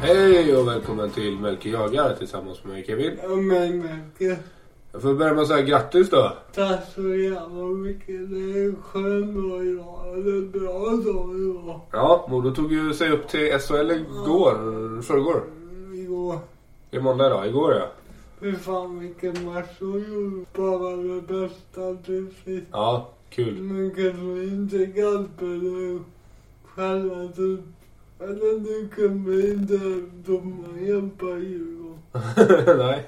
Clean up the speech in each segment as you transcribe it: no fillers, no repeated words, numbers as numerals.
Hej och välkommen till Melke Jagar tillsammans med mig Kevin. Ja men Melke. Jag får börja med att säga grattis då. Tack så jävla mycket. Det är skönt och idag. Det är bra dag idag. Ja, Modo tog ju sig upp till SHL förrgår. Igår. Det är måndag idag, igår ja. Hur fan vilken match hon gjorde. Bara det bästa till sist. Ja, kul. Men kanske inte hjälper själva typ. Eller nu kan vi inte domaren hjälpa Djurgården. Nej.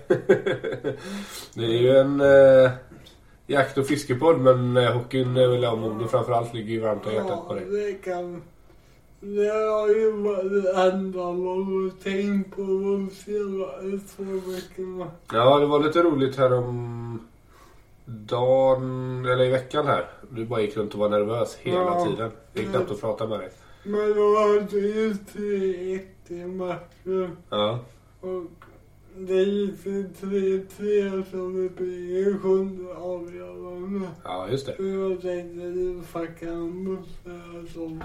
Det är ju en jakt- och fiskepodd, men hockeyn är väl Modo framförallt ligger ju varmt i hjärtat på dig. Det kan. Det har ju varit det enda man har tänkt på de senaste 2 veckorna. Ja, det var lite roligt här om dagen, eller i veckan här. Du bara gick runt och var nervös hela tiden. Det gick knappt att prata med dig. Men då hade ju 3-1 i matchen. Ja. Och det gick till 3-3 som det blir en 7:e avgörande. Ja, just det. Och jag tänkte det fucking måste jag sånt.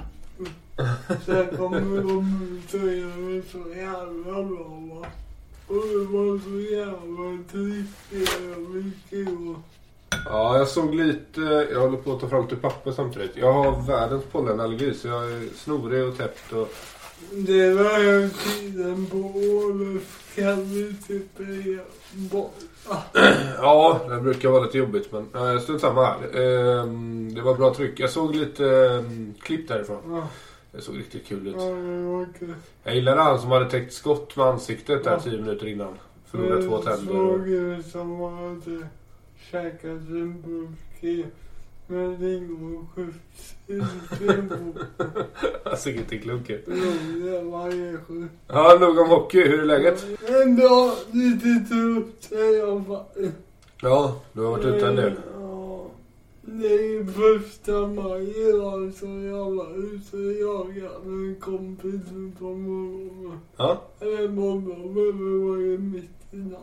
Sen kommer de ut och gör det så jävla bra va. Och det var så jävla trist mycket och... Ja, jag såg lite, jag håller på att ta fram lite papper samtidigt. Jag har världens pollenallergi så jag är snorig och täppt och... Det var ju tiden på året kan vi typ borta. Ja, det brukar vara lite jobbigt men stund samma här. Det var bra tryck. Jag såg lite klipp därifrån. Ja. Det såg riktigt kul ut. Ja, det var kul. Jag gillade han som hade täckt skott med ansiktet där 10 minuter innan. Förlorade 2 tänder. Det såg ut som man hade käkat en burk med lingonskjuts i tempo. Alltså inte klunkigt. Det var ju sjukt. Ja, nog om hockey. Hur är läget? Ändå lite trött i alla fall. Ja, du har varit ute en del. Ja, det är ju 1 maj idag så jag var ute och jagade med en kompis på morgonen. Ja? Eller morgonen, men det var ju mitt i natten.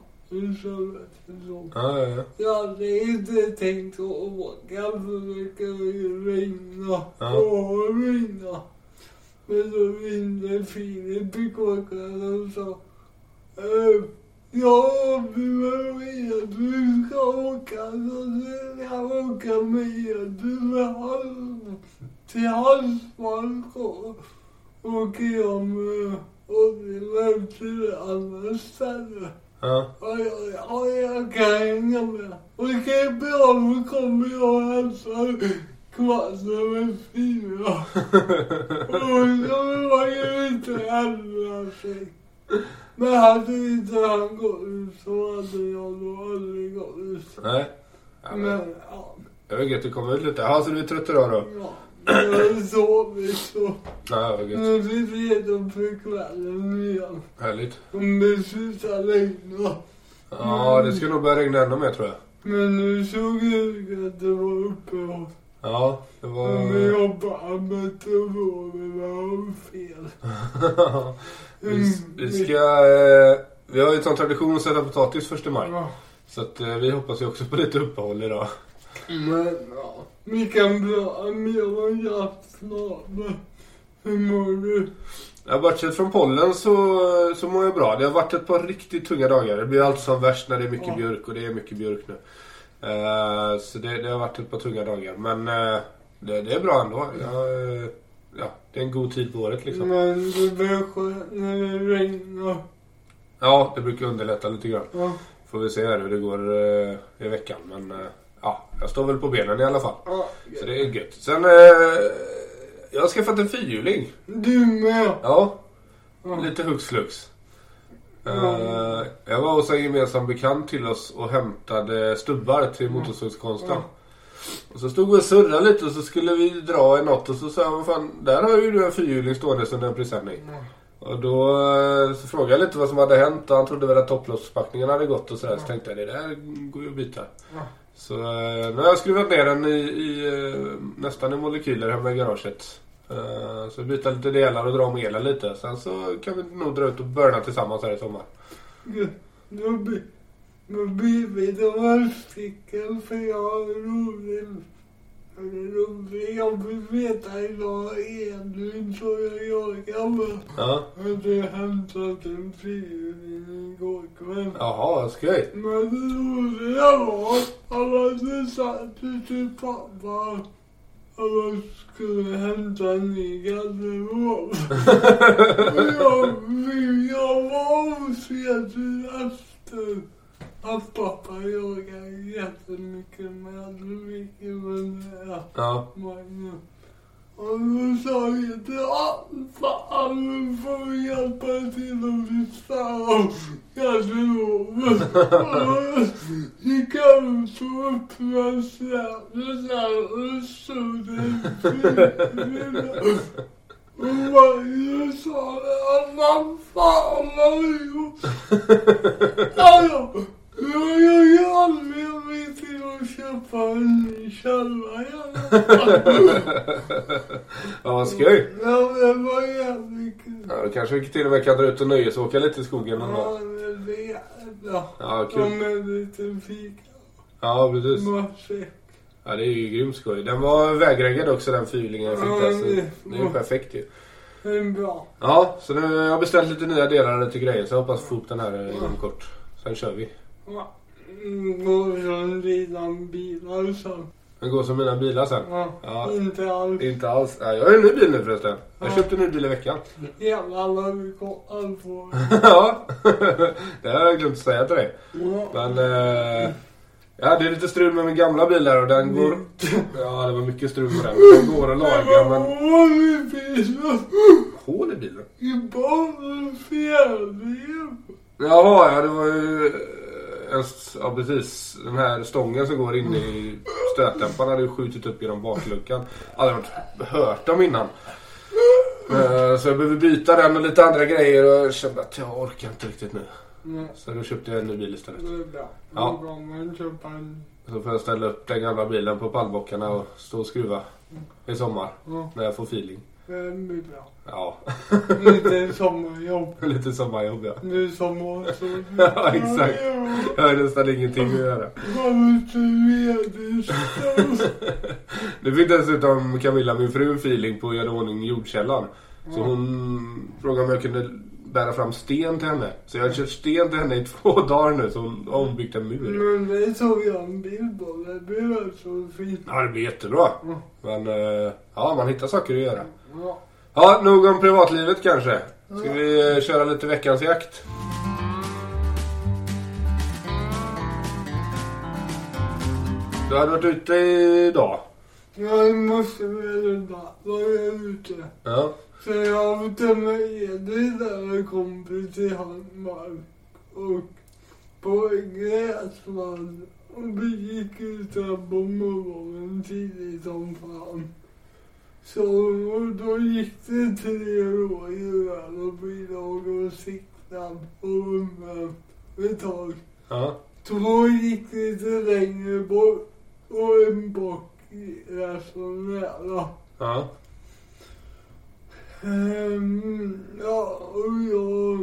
Ja. Jag hade inte tänkt att åka för det kan ju regna. Ja. Och regna. Men så ringde Filip i kåkan och sa ja, du är med. Du ska åka. Så du ska åka med. Du är till Hallsmark och åker jag med. Och vi var till det andra stället. Ja. Ja, jag kan hänga med. Okej, bra, då kommer jag och hälsar kvarten med 4. Och så var ju inte ändra sig. Men hade inte han gått ut så hade jag nog aldrig gått ut. Nej. Ja, men ja. Jag vet inte, du kommer ut lite. Ja, så du är trött idag då? Ja, jag sovit så. Ja, jag vet. Nu är vi redo för kvällen igen. Härligt. Om det slutar regna. Ja, det ska nog börja regna ännu mer tror jag. Men nu såg jag att det var uppehåll. Ja, det var... Om vi jobbar med telefonen var fel. vi ska... vi har ju en tradition att sätta potatis 1 maj. Ja. Så att vi hoppas ju också på lite uppehåll idag. Men ja, vi kan prata mer om jakt snart. Hur mår du? Jag har bortsett från pollen så mår jag bra. Det har varit ett par riktigt tunga dagar. Det blir alltid som värst när det är mycket björk och det är mycket björk nu. Så det har varit ett par tunga dagar. Men det är bra ändå. Ja, det är en god tid på året liksom. Men det blir skönt när det regnar. Ja, det brukar underlätta lite grann. Ja. Får vi se hur det går i veckan. Men ja, jag står väl på benen i alla fall. Ja. Så det är gött. Sen, jag har skaffat en fyrhjuling. Du med? Ja, Ja. lite hux flux. Jag var hos en gemensam bekant till oss och hämtade stubbar till motorsågskonsten. Ja. Och så stod vi och surrade lite och så skulle vi dra i något och så sa jag, vad fan, där har ju du en fyrhjuling stående som en presenning. Och då så frågade jag lite vad som hade hänt och han trodde väl att topploppspackningen hade gått och sådär. Så tänkte jag, det där går ju att byta. Ja. Så nu har jag skruvat ner den i nästan i molekyler hemma i garaget. Så byta lite delar och dra om elen lite. Sen så kan vi nog dra ut och börja tillsammans här i sommar. Då blir vi de här stycken för jag har roligt Jag vill veta idag Edvin så jag gammal. Ja. Jag hämtat en fyrhjuling igår kväll. Jaha, vad skoj. Men det roliga var att hade sagt till pappa att jag skulle hämta en ny garderob. Jag var osäker efter att pappa jagar jättemycket med mycket men Ja. och då sa jag till fan får vi hjälpa till att lyfta av garderoben. Och gick jag ut och öppnade släpet där och stod det och Mario sa vad fan har du gjort? Ja. Jag gör anledning till att köpa en ny källare. Ja, vad skoj. Ja, det var jävligt kul. Ja, då kanske vi till och med kan dra ut och nöjesåka lite i skogen. Ja, det är jävla. Ja, kul. Och med en liten fika. Ja, precis. Matsäck. Ja, det är ju grymt skoj. Den var vägreggad också, den fyrlingen jag fick där. Så det är ju perfekt ju. Det är bra. Ja, så nu har jag beställt lite nya delar till grejer. Så jag hoppas få upp den här inom kort. Sen kör vi. Ja. Går som dina bilar sen. Den går som mina bilar sen. Ja. Inte alls. Inte alls. Ja, jag har en ny bil nu förresten. Jag köpte en ny bil i veckan. Jävlar vi kollar på. Ja, det har jag glömt att säga till dig. Ja. Men ja, det är lite strul med min gamla bil där och den går... Ja, det var mycket strul med den. Den går att laga, men... Hål i bilen? I barnens fjärde. Jaha, ja, det var ju... Ja, precis. Den här stången som går in i stötdämparen hade ju skjutit upp genom bakluckan. Jag hade hört dem innan. Så jag behöver byta den och lite andra grejer och jag kände att jag orkar inte riktigt nu. Så då köpte jag en ny bil istället. Det är bra. Ja. Då kan man köpa en. Så får jag ställa upp den gamla bilen på pallbockarna och stå och skruva i sommar. När jag får feeling. Det blir bra. Ja. Lite sommarjobb. Lite sommarjobb, ja. Nu sommar så. Ja, exakt. Jag har nästan ingenting att göra. Nu fick dessutom Camilla, min fru, feeling på att göra ordning jordkällan. Så hon frågade om jag kunde bära fram sten till henne. Så jag har kört sten till henne i 2 dagar nu. Så hon har byggt en mur. Men det såg jag en bild på. Det blir så fint. Ja, det blir jättebra. Men ja, man hittar saker att göra. Ja. Ja, nog om privatlivet kanske. Ska vi köra lite veckans jakt? Du hade varit ute idag. Jag måste väl bara vara ute. Ja. Så jag har tagit med Edvin där och kompis i Handmark. Och på gräsland. Och vi gick ut där på morgonen tidigt som fan. Så och då gick det 3 år i öl och vi låg och siktade på rummen ett tag. Ja. 2 gick lite längre bort och en bock är så nära. Ja. Ja, och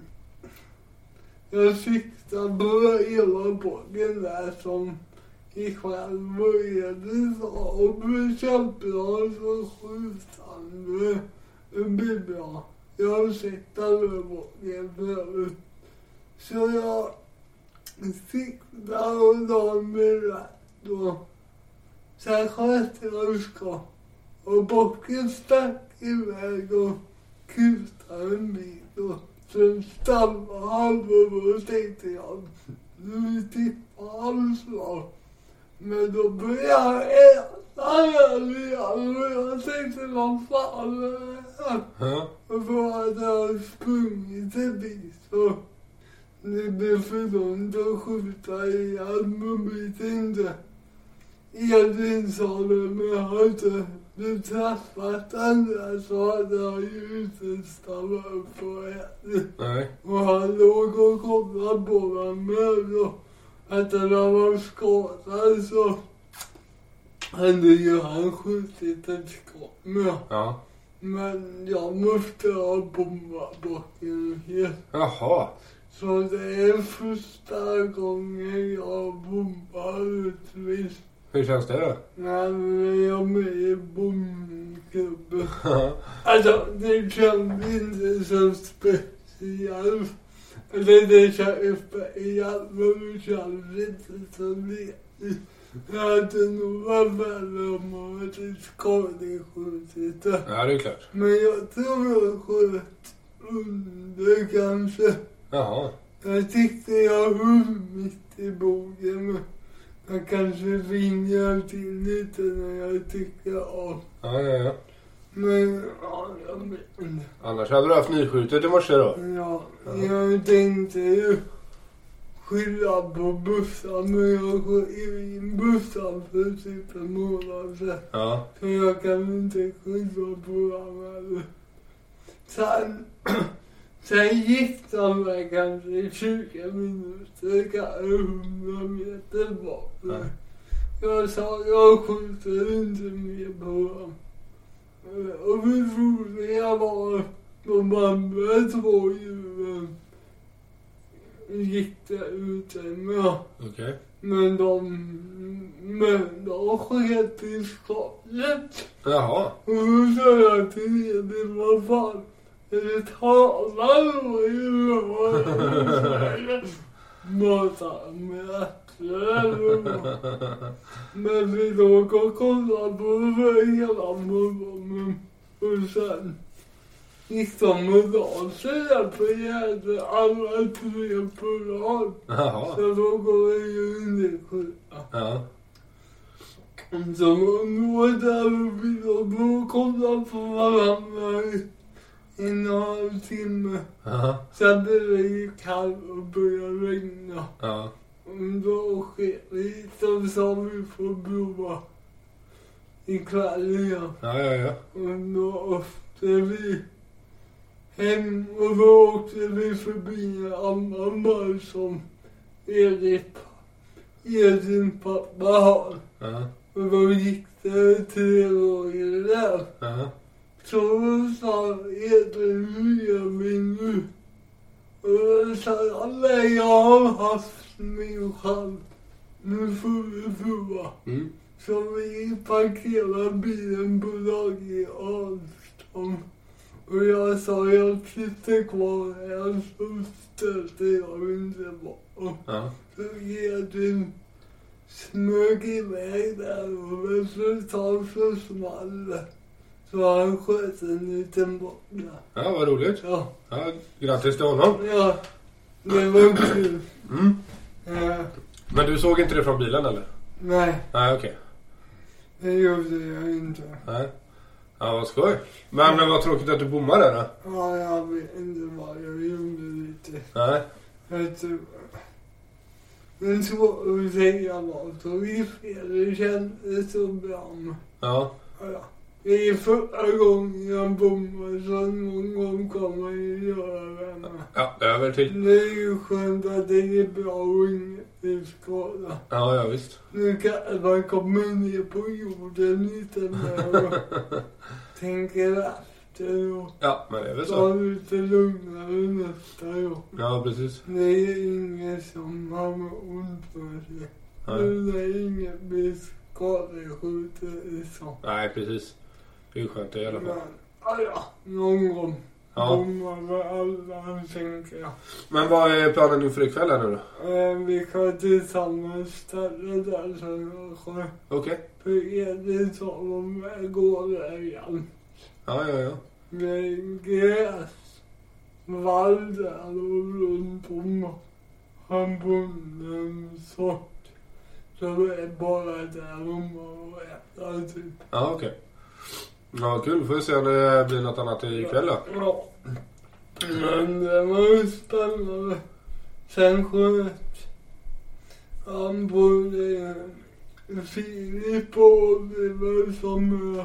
jag siktade på hela bocken där som i själv började så och med kämpbra så skjutande. Det blir bra. Jag har sett över bocken förut. Så jag siktade och la mig rätt och sen sköt jag ska. Och bocken stack iväg och kutade en bit och sen stannade han och tänkte jag nu tippar han slag. Men då började jag äta igen och jag tänkte vad fan är det här? Ja. Och då hade jag sprungit en bit så det blev för långt att skjuta igen men vet inte. Edvin sa det men jag har inte träffat den där så hade jag ju inte stannat upp på ätit. Nej. Och han låg och kollade på mig med och att den var skadad så hade ju han skjutit ett skott med. Ja. Men jag måste ha bombat bocken helt. Jaha. Så det är första gången jag bombar utvis. Hur känns det då? Nej, men jag är med i bombklubben. Alltså, det känns inte så speciellt. Eller det känns speciellt, men det känns inte så viktigt. Jag hade nog varit värre om man varit i skadeskjutet. Ja, det är klart. Men jag tror jag sköt under kanske. Jaha. Jag tyckte jag höll mitt i bogen. Men jag kanske ringer till lite när jag tycker av. Ja. Men ja, jag vet inte. Annars hade du haft nyskjutet i morse då? Ja, jag tänkte ju skylla på bussar, men jag går in bussar för typ en månad sedan. Ja. Så jag kan inte skylla på dem. Sen gick de där kanske 20 minuter, kanske 100 meter bort. Ja. Jag sa, jag skjuter inte mer på dem. Och det roliga var de andra 2 djuren gick där ute med. Okej. Men de sket i skottet. Jaha. Och då sa jag till Edvin, vad fan, är det talar då i rören? Mata med äpplen. Men vi låg och kollade på hela morgonen. Och sen gick de och la sig där på gärdet, alla 3 på rad. Jaha. Så då går det ju inte skjuta. Ja. Så man var där och vi låg och kollade på varandra i 1,5 timme. Jaha. Sen blev det ju kallt och började regna. Ja. Och då sket vi och sa vi får prova ikväll igen. Ja. Och då åkte vi hem och då åkte vi förbi en annan man som Edvin pappa har. Ja. Och då gick det 3 år där. Ja. Så sa Edvin, hur gör vi nu? Och då sa jag, nej, jag har haft min chans. Nu får vi prova. Mm. Så vi parkerade bilen på Daglig avstånd. Och jag sa, jag sitter kvar här, så stöter jag inte bort. Ja. Så Edvin smög iväg där och resultat så small det. Så han sköt en liten borta. Ja, vad roligt. Ja, Ja, grattis till honom. ja, det var kul. Mm. Ja, Men du såg inte det från bilen eller? nej, Nej, okej. det gjorde jag inte. Nej. Ja, vad skoj. Men vad tråkigt att du bommade där då. Ja, jag vet inte vad jag gjorde lite. Nej. Jag tror... Men så att säga var så det kändes så bra. Ja. Ja. Det är första gången jag bommar, så någon gång kommer jag ju göra det med. Ja, över till. Det är ju skönt att det är bra och inget är skada. Ja, visst. Nu kan man komma ner på jorden lite mer och tänker efter och Ja, men det är väl så. ta lite lugnare nästa gång. Ja, precis. Det är inget som har med ont för sig. Nej. Det är inget blir skadeskjutet så. Nej, precis. Det är ju skönt i alla fall. Men, ja, någon gång. Ja. Bommar med alla, tänker jag. Men vad är planen inför ikväll här nu då? Vi kan tillsammans ställa där som jag sköt. Okej. För Edvin sa de går där igen. Ja. Det är gräs, vall där och runt om. Han bodde en sort. Så det är bara där om och äta typ. Ja, okej. Ja, kul. Får vi se om det blir något annat ikväll då. Ja. Men det var ju spännande. Sen sköt han både Filip och Oliver som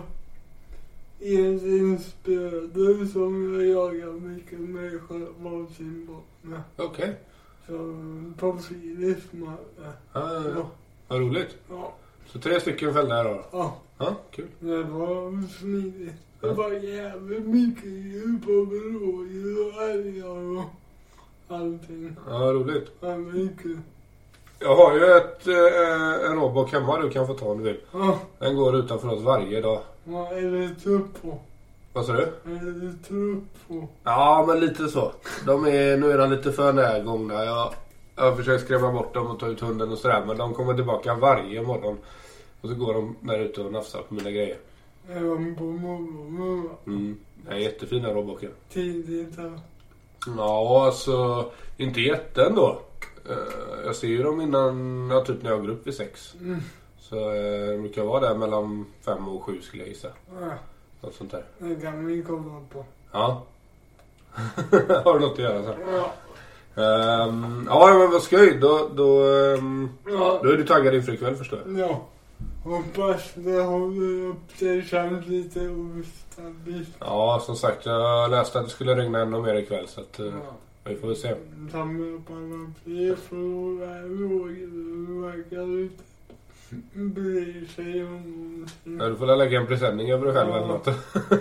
är sin spöder som jag jagar mycket med varsin bort med. Okej. Så på Filips mark. Ja. Vad roligt. Ja. Så 3 stycken fällde här då. Ja. Ja, kul. Det var smidigt. Det var jävligt mycket djur på rådjur och älgar och allting. Ja, vad roligt. Ja, mycket. Jag har ju en robot hemma du kan få ta om du vill. Ja. Den går utanför oss varje dag. Vad är det trupp på? Vad sa du? Är det trupp på? Ja, men lite så. Nu är de lite för närgångna. Jag försöker skrämma bort dem och ta ut hunden och sådär. Men de kommer tillbaka varje morgon. Och så går de där ute och nafsar på mina grejer. Är de på morgonen? Det är jättefina robotken. Tidigt här. Ja, alltså inte jätte ändå. Jag ser ju dem innan, typ när jag går upp vid 6. Så de brukar vara där mellan 5 och 7 skulle jag gissa. Ja. Något sånt där. Det kan vi komma på. Ja. Har du något att göra sen? Ja. Ja, men vad skoj. Då är du taggad inför ikväll förstår jag. Ja. Hoppas det håller upp. Det känns lite ostabilt. Ja, som sagt. Jag läste att det skulle regna ännu mer ikväll. Så att, vi får se. Samma paraply för verkar inte bry sig om någonting. Ja, du får lägga en presenning över dig själv eller något.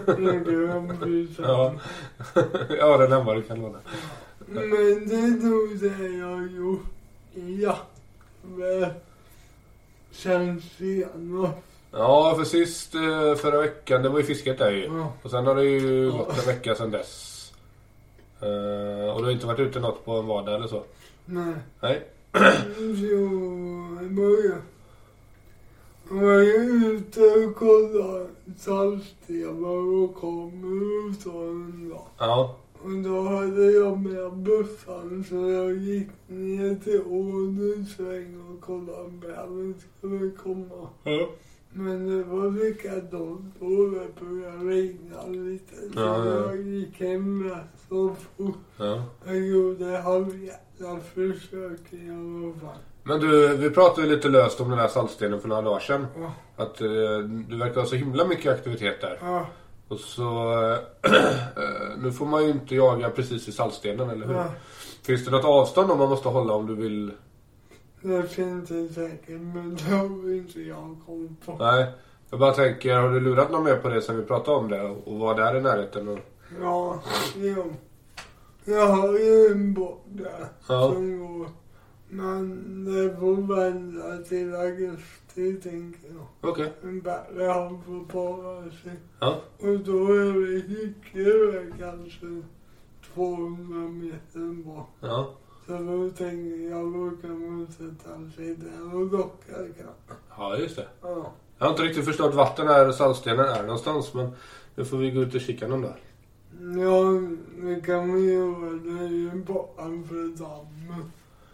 Ja. Ja, den hemma du kan låna. Men det tror det jag gjort. Ja. Men sen senast. Ja, för sist förra veckan, det var ju fisket där ju. Ja. Och sen har det ju gått en vecka sedan dess. Och du har inte varit ute något på en vardag eller så? Nej. Nej. Jo, i början. Jag var ute och kollade saltstenar och kameror och sånt då. Ja. Och då hade jag med bussen så jag gick ner till Ådensväng och kollade om bären skulle komma. Ja. Men det var likadant då det började regna lite. Så jag gick hem så fort. Ja. Jag gjorde halvhjärtat försök i alla fall. Men du, vi pratade ju lite löst om den här saltstenen för några dagar sedan. Ja. Att du verkar ha så himla mycket aktivitet där. Ja. Och så nu får man ju inte jaga precis i saltstenen, eller hur? Ja. Finns det något avstånd om man måste hålla om du vill? Det finns det säkert, men det har inte jag koll på. Nej, jag bara tänker, har du lurat någon mer på det sen vi pratade om det? Och var där i närheten? Och... Ja, jo. Jag har ju en båt där som går. Men det får vända till augusti, tänker jag. Okej. En bättre han får para sig. Ja. Och då är det hyggligt, kanske 200 meter bort. Ja. Så då tänker jag, då kan man sätta sig där och docka kanske. Ja, just det. Ja. Jag har inte riktigt förstått vart den här saltstenen är någonstans, men nu får vi gå ut och kika någon där. Ja, det kan man göra. Det är ju bara för dammen.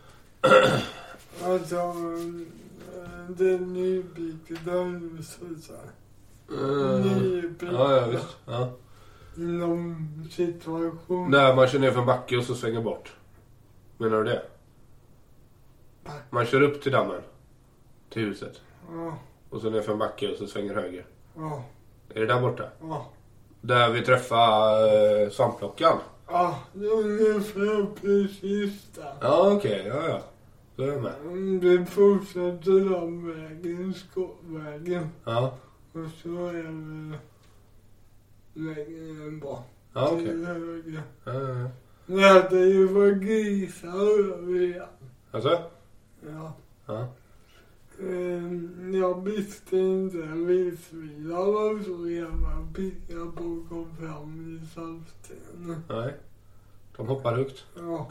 Alltså, det är nybyggda huset så här. Nybyggda. Ja, visst. Ja. Inom situation. När man kör ner för en backe och så svänger bort. Menar du det? Man kör upp till dammen. Till huset. Ja. Och så ner för en backe och så svänger höger. Ja. Är det där borta? Ja. Där vi träffar svamplockan. Ja, det är ungefär precis där. Ja, okej. Ja. Då är jag med. Vi fortsätter den vägen, skottvägen. Ja. Och så är det längre än bak. Ja, okej. Till höger. Ja. Det hade ju varit grisar över igen. Alltså? Ja. Ja. Jag visste inte vildsvinar var så jävla pigga på att komma fram i saltstenen. Nej. De hoppar högt. Ja.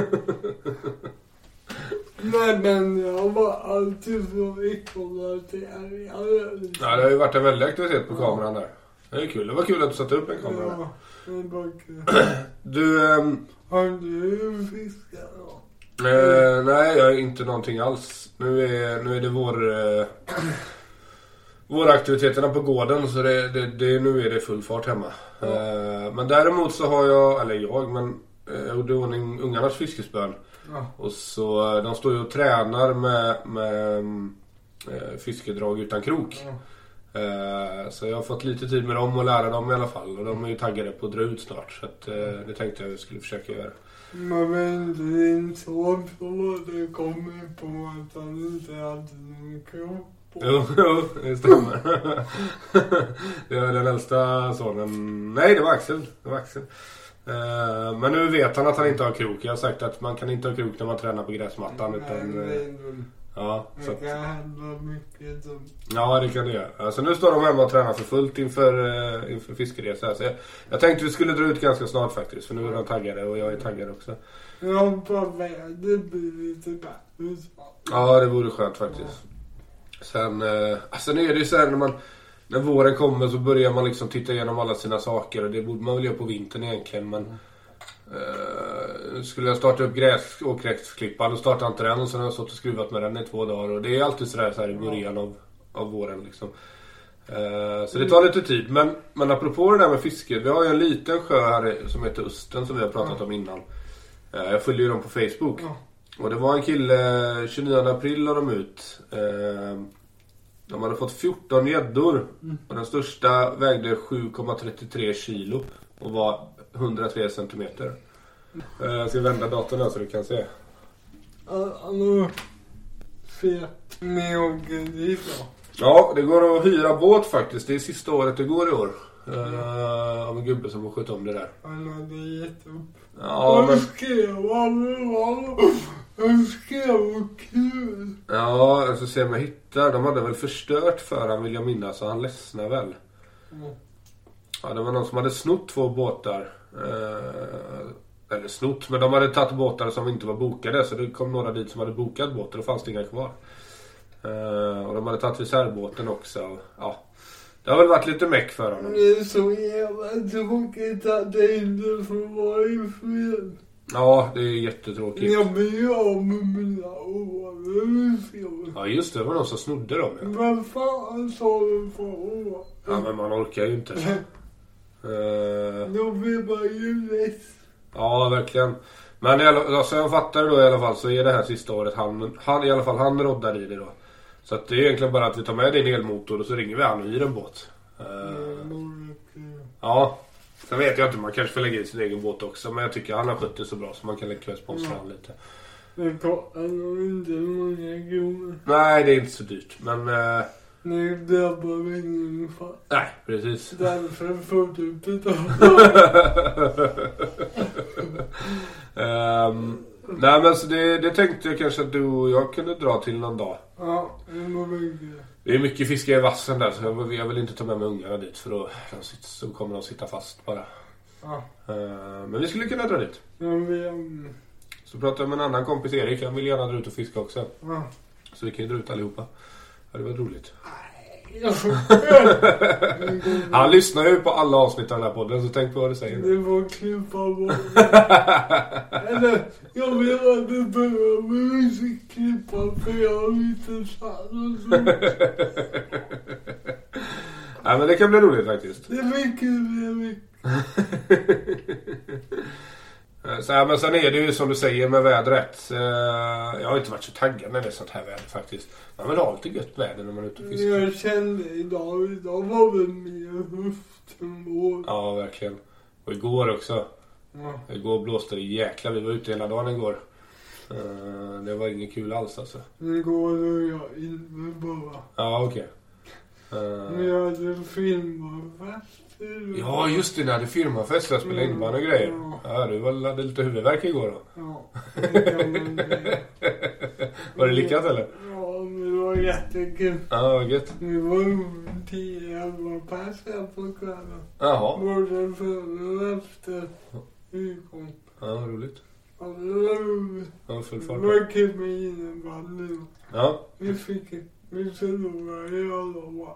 Nej, men jag var alltid så ikollad till älgar. Ja, det har ju varit en väldig aktivitet på kameran där. Det är kul. Det var kul att du satte upp en kamera. Ja, det var kul. Du... Har du fiskat då? Nej, jag är inte någonting alls. Nu är det våra aktiviteterna på gården, så nu är det full fart hemma. Men däremot så har jag gjorde ordning ungarnas fiskespön. Ja. Och så de står ju och tränar med fiskedrag utan krok. Ja. Så jag har fått lite tid med dem och lära dem i alla fall. Och de är ju taggade på att dra ut snart. Så att, det tänkte jag skulle försöka göra. Men var inte din son så att det kommer på att han inte hade någon krok på? Jo, det stämmer. Det var den äldsta sonen. Nej, det var Axel. Men nu vet han att han inte har krok. Jag har sagt att man kan inte ha krok när man tränar på gräsmattan. Ja, så det kan hända mycket. Ja, det kan det göra. Så nu står de hemma och tränar för fullt inför fiskeresa. Så jag tänkte vi skulle dra ut ganska snart faktiskt. För nu är de taggade och jag är taggad också. Jag hoppas det blir lite bättre. Ja, det vore skönt faktiskt. Sen är det ju så här när våren kommer så börjar man liksom titta igenom alla sina saker. Och det borde man väl göra på vintern egentligen. Men skulle jag starta upp åkgräsklippan och starta inte den. Och sen har jag stått och skruvat med den i 2 dagar. Och det är alltid så här i början av våren liksom. Så det tar lite tid. Men apropå det där med fiske. Vi har ju en liten sjö här som heter Östen som vi har pratat om innan. Jag följer ju dem på Facebook. Och det var en kille, 29 april la de ut. De hade fått 14 gäddor. Och den största vägde 7,33 kilo. Och var 103 centimeter. Jag ska vända datorn här så du kan se. Alltså, fet med åker dit då. Ja, det går att hyra båt faktiskt. Det är sista året det går i år. Av en gubbe som har skjutit om det där. Han hade gett upp. Ja, men... Han skrev kul. Ja, alltså se om jag hittar. De hade väl förstört för han vill jag minnas. Så han ledsnar väl. Ja, det var någon som hade snott 2 båtar. Eller snott, men de hade tagit båtar som inte var bokade. Så det kom några dit som hade bokat båtar. Då fanns det inga kvar. Och de hade tagit reservbåten också. Ja, det har väl varit lite meck för honom. Det är så jävla tråkigt att det inte får vara i fred. Ja, det är jättetråkigt. Jag blir av med mina år. Ja, just det var någon som snodde dem. Ja. Vad fan sa du för år? Ja, men man orkar ju inte. Då blir man ju less. Ja, verkligen. Men alltså, jag fattar då i alla fall så är det här sista året han roddar i det då. Så att det är egentligen bara att vi tar med din elmotor och så ringer vi han och hyr en båt. Ja, sen vet jag inte, man kanske får lägga i sin egen båt också. Men jag tycker han har skött det så bra så man kan lägga sponsra han lite. Det kostar nog inte många kronor. Nej, det är inte så dyrt, men... Nu drabbar vi ingen fall. Nej, precis. Därför får du betala. Nej, men så det tänkte jag kanske att du och jag kunde dra till någon dag. Ja, det var mycket. Det är mycket fiskar i vassen där så jag vill inte ta med mig ungarna dit för då så kommer de sitta fast bara. Ja. Men vi skulle kunna dra dit. Så pratade jag med en annan kompis, Erik. Han vill gärna dra ut och fiska också. Ja. Så vi kan ju dra ut allihopa. Ja, det var roligt. Han lyssnar ju på alla avsnitt av den här podden, så tänk på vad du säger. Det var klippa bort. Eller, jag vill att du börjar med musikklippa för jag har lite sann. Nej, men det kan bli roligt faktiskt. Det är mycket. Så här, men sen är det ju som du säger med vädret. Jag har inte varit så taggad när det är sånt här väder faktiskt. Man vill ha lite gött väder när man är ute och fiskar. Jag kände idag var det mer höft än vår. Ja, verkligen. Och igår också. Ja. Igår blåste det jäkla. Vi var ute hela dagen igår. Det var ingen kul alls alltså. Igår var jag inne bara. Ja, okej. Men jag hade filmfest. Ja, just det. När du firmafest och spelade innebandy och grejer. Ja, du hade lite huvudvärk igår då. Ja, det kan man säga. Var det lyckat eller? Ja, men det var jättekul. Ja, gött. Vi var 10-11 pass här på kvällen. Jaha. Både före och efter utgång. Ja, roligt. Ja, det var roligt. Ja, full Det fart. var kul med innebandy. Ja. Vi förlorade i alla fall.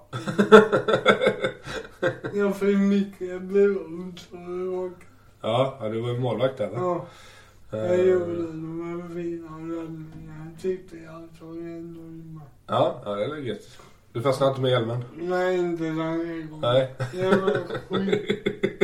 Jag fick mycket blod så det var... Ja, du var ju målvakt där va? Ja, jag gjorde de här fina räddningarna. Jag tyckte jag såg ändå in. Ja, det är gött. Du fastnade inte med hjälmen? Nej, inte den här gången. Nej. Jag var skit.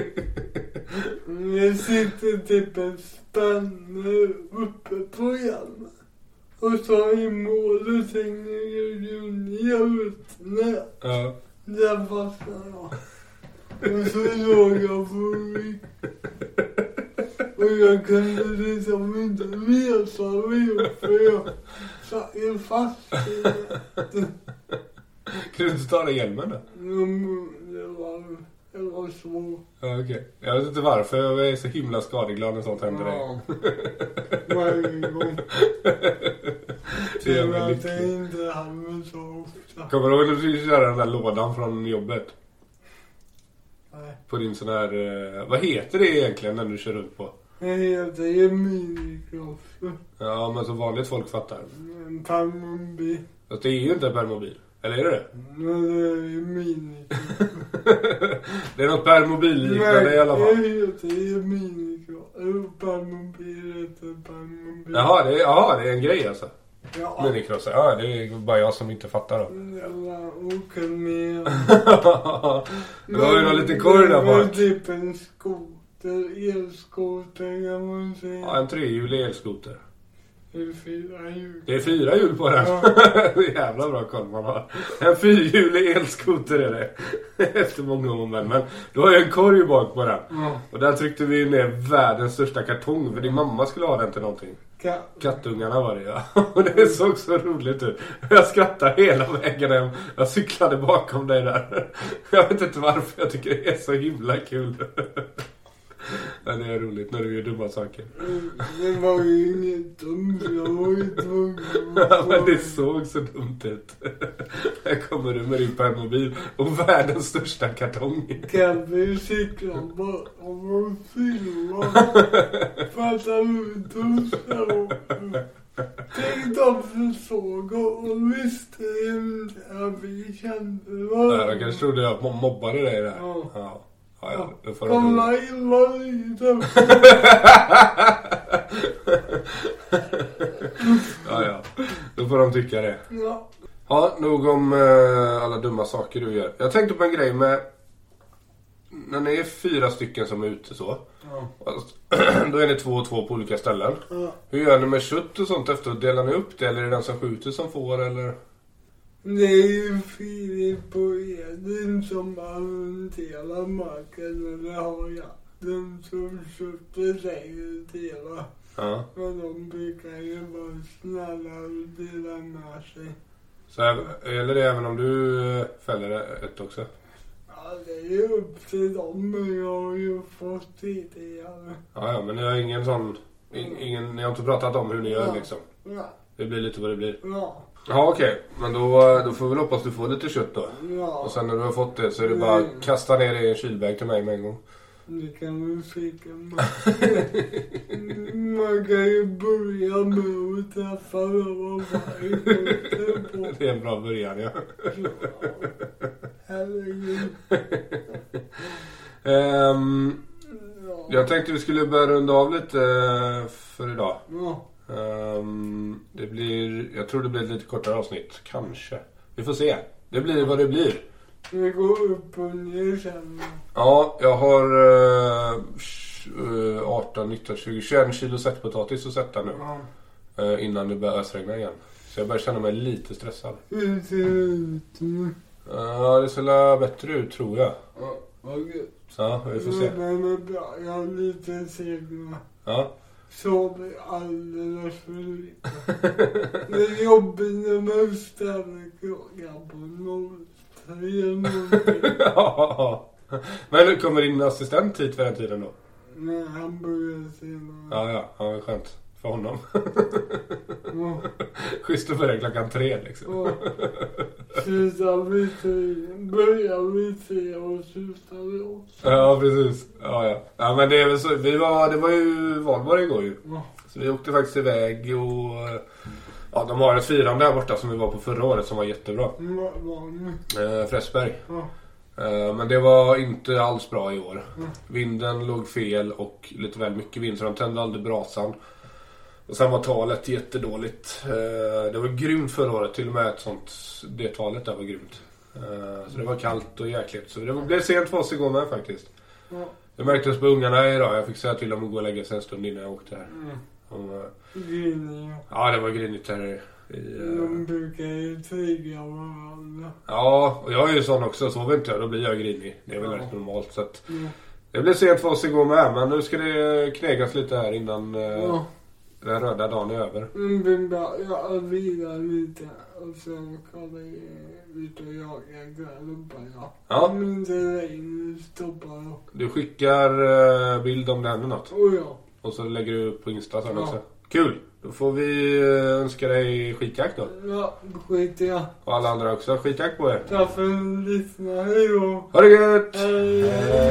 Jag sitter typ en spänne uppe på hjälmen. Och så i målet hänger jag ner ut ner. Ja. Där fastnade jag. Och så låg jag på mig. Och jag kunde liksom inte resa mig för jag satt ju fast i det. Kan du inte ta dig hjälmen då? Det var eller så. Ja, okej. Jag vet inte varför. Jag är så himla skadeglad när sånt händer dig. Ja. Varje gång. Det gör mig att lycklig. jag inte hamnar så ofta. Kommer du ihåg när du skulle köra den där lådan från jobbet? Nej. På din sån här... vad heter det egentligen när du kör runt på? Det heter ju minikrossen. Ja, men så vanligt folk fattar. En permobil. Fast det är ju inte en permobil. Eller är det det? Men det är ju minikrossen. Det är något permobilliknande i alla fall. Det heter ju minikrossen. Permobil heter permobil. Jaha, det är en grej alltså. Ja. Minikrossar. Ja, det är bara jag som inte fattar då. Jag åker med. Det var ju någon liten korg där bak. bak. Typ en skoter, elskoter kan man säga. Ja, en trehjulig elskoter. Det är 4 hjul. Det är 4 hjul på den. Ja. Det är jävla bra koll man har. En 4-hjulig elskoter är det. Efter många om men du har ju en korg bak på den. Ja. Och där tryckte vi ner världens största kartong. För din mamma skulle ha den till någonting. Kattungarna var det, ja. Och det såg så roligt ut. Jag skrattade hela vägen hem. Jag cyklade bakom dig där. Jag vet inte varför, jag tycker det är så himla kul. Men det är roligt när du gör dumma saker. Det var ju inget dumt. Jag var ju tvungen. Ja, men det såg så dumt ut. Här kommer du med din permobil och världens största kartong. Kan vi cykla bara och filma? Fattar du? Tänk de som såg och visste inte att vi kände varandra. Ja, jag kanske trodde jag mobbade dig där. Ja. Ja, då får kolla illa lite. Ja. Då får de tycka det. Ja. Ja, nog om alla dumma saker du gör. Jag tänkte på en grej med... När ni är 4 stycken som är ute så. Ja. Då är ni 2 och 2 på olika ställen. Ja. Hur gör ni med kött och sånt efter? Delar ni upp det? Eller är det den som skjuter som får? Eller? Det är ju Filip och Edin som hanterar marken. Eller har jag. Den som köper sig dela. Ja. Men de brukar ju vara snälla och dela med sig. Så eller det även om du fäller ett också? Ja, det är ju upp till dem. Men jag har ju fått tidigare. Ja, men ni har ingen sån... Ni har inte pratat om hur ni gör liksom? Ja. Det blir lite vad det blir. Ja. Ja, okej. Men då får vi väl hoppas du får lite kött då. Ja. Och sen när du har fått det så är det bara att kasta ner det i en kylbag till mig med en gång. Det kan vi fika med. Man kan ju börja med att träffa över varje gång. Det är en bra början, ja. Herregud. Jag tänkte vi skulle börja runda av lite för idag. Ja. Jag tror det blir ett lite kortare avsnitt. Kanske. Vi får se. Det blir vad det blir. Det går upp och ner sen. Ja, jag har 18, 19, 20, 21 kilo sättpotatis att sätta nu. Ja. Innan det börjar ösregna igen. Så jag börjar känna mig lite stressad. Hur ser det ut nu? Ja, det ser bättre ut tror jag. Ja, vad gött. Ja, vi får se. Men det är bra. Jag är lite segna. Ja. Sover alldeles för lite. Det är jobbigt när man ställer klockan på 03:00. Ja. Men nu kommer din assistent hit för den tiden då? Nej, han börjar senare. Ja, skönt. För honom. Ja. Schysst att börja 3:00 liksom. Ja. Slutar vi 3, börjar vi 3 och slutar vi 8. Ja, precis. Ja, men det är väl så. Det var ju valborg igår ju. Ja. Så vi åkte faktiskt iväg och... Ja, de har ett firande där borta som vi var på förra året som var jättebra. Vad var ni? Fräsberg. Ja. Men det var inte alls bra i år. Vinden låg fel och lite väl mycket vind så de tände aldrig brasan. Och sen var talet jättedåligt. Det var grymt förra året, till och med det talet där var grymt. Så det var kallt och jäkligt. Så det blev sent för oss igår med faktiskt. Ja. Det märktes på ungarna idag. Jag fick säga till dem att gå och lägga sig en stund innan jag åkte här. Grinning. Ja, det var grinigt här. De brukar ju trigga varandra. Ja, och jag är ju sån också. Sover inte jag, då blir jag grinig. Det är väl rätt normalt. Så att... Ja. Det blev sent för oss igår med. Men nu ska det knegas lite här innan Den röda dagen är över. Jag vilar lite och sen kommer jag ut och jagar grävlubbarna. Ja. Om inte regnet stoppar då. Du skickar bild om det händer något. Oh ja. Och så lägger du upp på Insta sen Ja. också. Kul! Då får vi önska dig skitjakt då. Ja, skit i det. Och alla andra också. Skitjakt på er. Tack för att du lyssnade. Hej då. Ha det gött! Hej.